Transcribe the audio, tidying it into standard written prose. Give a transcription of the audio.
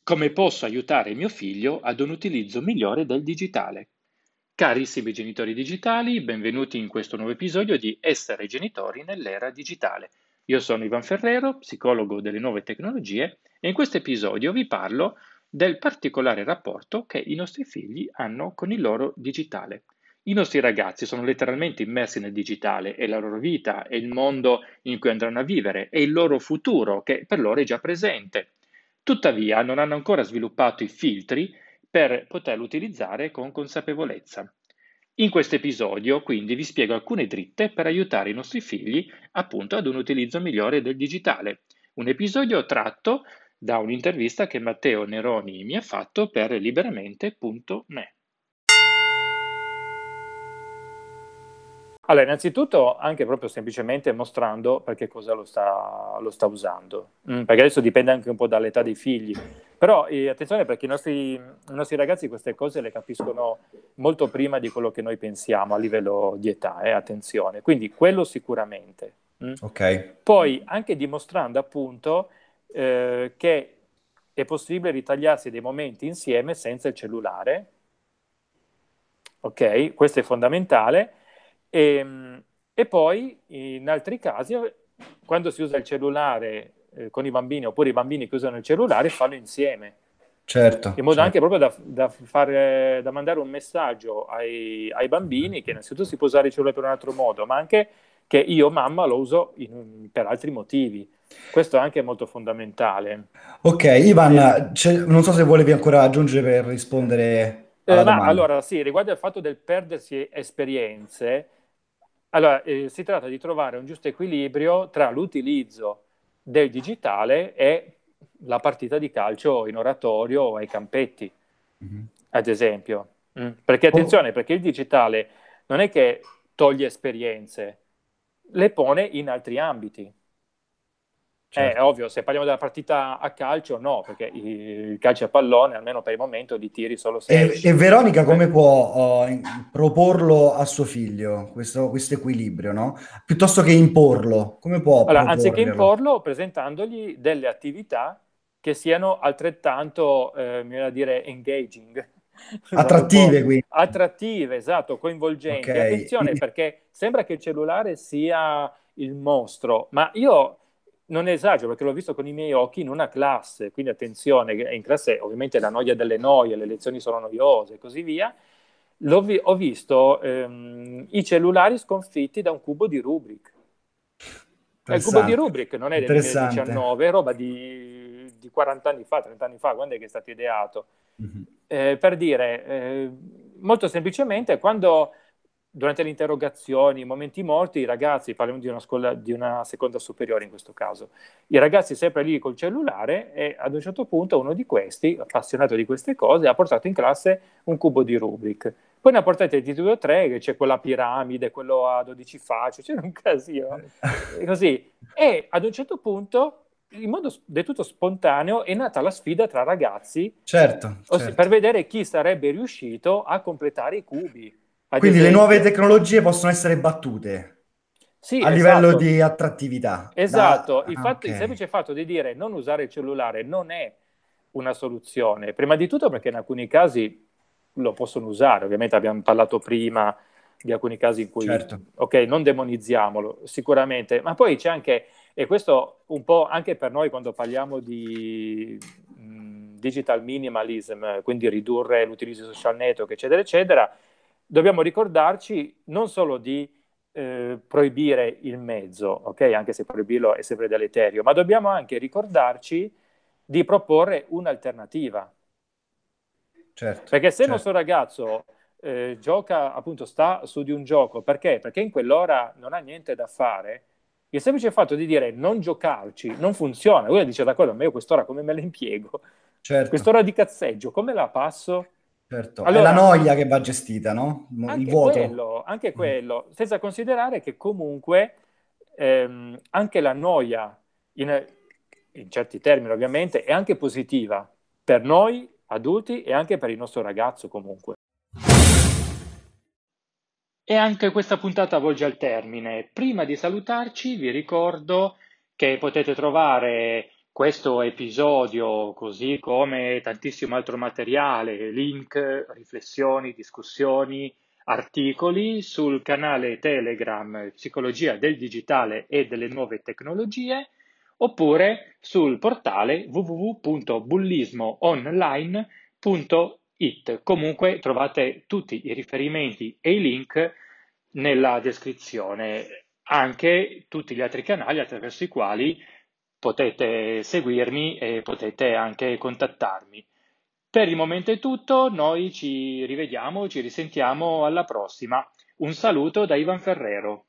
Come posso aiutare mio figlio ad un utilizzo migliore del digitale? Carissimi genitori digitali, benvenuti in questo nuovo episodio di Essere genitori nell'era digitale. Io sono Ivan Ferrero, psicologo delle nuove tecnologie, e in questo episodio vi parlo del particolare rapporto che i nostri figli hanno con il loro digitale. I nostri ragazzi sono letteralmente immersi nel digitale, è la loro vita, è il mondo in cui andranno a vivere, è il loro futuro che per loro è già presente. Tuttavia non hanno ancora sviluppato i filtri per poterlo utilizzare con consapevolezza. In questo episodio, quindi, vi spiego alcune dritte per aiutare i nostri figli appunto ad un utilizzo migliore del digitale. Un episodio tratto da un'intervista che Matteo Neroni mi ha fatto per liberamente.me. Allora, innanzitutto anche proprio semplicemente mostrando perché cosa lo sta usando. Perché adesso dipende anche un po' dall'età dei figli. Però attenzione perché i nostri ragazzi queste cose le capiscono molto prima di quello che noi pensiamo a livello di età, attenzione. Quindi quello sicuramente. Mm. Ok, Poi anche dimostrando appunto che è possibile ritagliarsi dei momenti insieme senza il cellulare. Ok, questo è fondamentale. E poi in altri casi, quando si usa il cellulare con i bambini oppure i bambini che usano il cellulare, fanno insieme, in certo, modo anche certo. proprio da mandare un messaggio ai bambini che innanzitutto si può usare il cellulare per un altro modo, ma anche che io, mamma, lo uso per altri motivi. Questo è anche molto fondamentale. Ok, E, Ivan, non so se volevi ancora aggiungere per rispondere alla Ma domanda. allora sì, riguardo al fatto del perdersi esperienze, allora si tratta di trovare un giusto equilibrio tra l'utilizzo del digitale e la partita di calcio in oratorio o ai campetti, Mhm. ad esempio. Perché Oh, attenzione, perché il digitale non è che toglie esperienze, le pone in altri ambiti. È certo. ovvio, se parliamo della partita a calcio, no, perché il calcio a pallone, almeno per il momento, li tiri solo se E esci. Veronica come Eh, può proporlo a suo figlio, questo equilibrio, no? Piuttosto che imporlo, come può Allora, anziché proporglielo? imporlo, presentandogli delle attività che siano altrettanto, mi viene da dire, engaging, usando un Attrattive, po' quindi. attrattive, esatto, Ok, coinvolgenti. Attenzione, quindi- perché sembra che il cellulare sia il mostro, ma io non esagero perché l'ho visto con i miei occhi in una classe, quindi attenzione, che in classe ovviamente la noia delle noie, le lezioni sono noiose e così via. Ho visto i cellulari sconfitti da un cubo di Rubik. E il cubo di interessante, Rubik non è del interessante. 2019, è roba di 40 anni fa, 30 anni fa, quando è che è stato ideato? Mhm. Per dire, molto semplicemente, quando durante le interrogazioni, i momenti morti, i ragazzi, parliamo di una scuola, di una seconda superiore in questo caso, i ragazzi sempre lì col cellulare e ad un certo punto uno di questi, appassionato di queste cose, ha portato in classe un cubo di Rubik. Poi ne ha portato il titolo 3, che c'è quella piramide, quello a 12 facce, c'era un casino. Così. E ad un certo punto, in modo del tutto spontaneo, è nata la sfida tra ragazzi Certo, per certo. vedere chi sarebbe riuscito a completare i cubi, ad Quindi le nuove esempio. tecnologie possono essere battute Sì, a livello esatto, di attrattività. esatto. Il Ok, semplice fatto di dire non usare il cellulare non è una soluzione. Prima di tutto perché in alcuni casi lo possono usare, ovviamente abbiamo parlato prima di alcuni casi in cui, certo. ok, non demonizziamolo, sicuramente, ma poi c'è anche, e questo un po' anche per noi quando parliamo di digital minimalism, quindi ridurre l'utilizzo di social network, eccetera, eccetera, dobbiamo ricordarci non solo di proibire il mezzo, ok? Anche se proibirlo è sempre deleterio, ma dobbiamo anche ricordarci di proporre un'alternativa. Certo, Perché se il certo. nostro ragazzo gioca, appunto, sta su di un gioco, perché? Perché in quell'ora non ha niente da fare, il semplice fatto di dire non giocarci non funziona. Lui dice, d'accordo, ma io quest'ora come me la impiego? Certo, Quest'ora di cazzeggio, come la passo? certo. È la Allora, noia che va gestita, no? Il vuoto. anche Mm. quello, senza considerare che comunque anche la noia, in certi termini ovviamente, è anche positiva per noi adulti e anche per il nostro ragazzo comunque. E anche questa puntata volge al termine. Prima di salutarci, vi ricordo che potete trovare questo episodio, così come tantissimo altro materiale, link, riflessioni, discussioni, articoli sul canale Telegram Psicologia del digitale e delle nuove tecnologie, oppure sul portale www.bullismoonline.it. Comunque trovate tutti i riferimenti e i link nella descrizione, anche tutti gli altri canali attraverso i quali potete seguirmi e potete anche contattarmi. Per il momento è tutto, noi ci rivediamo, ci risentiamo alla prossima. Un saluto da Ivan Ferrero.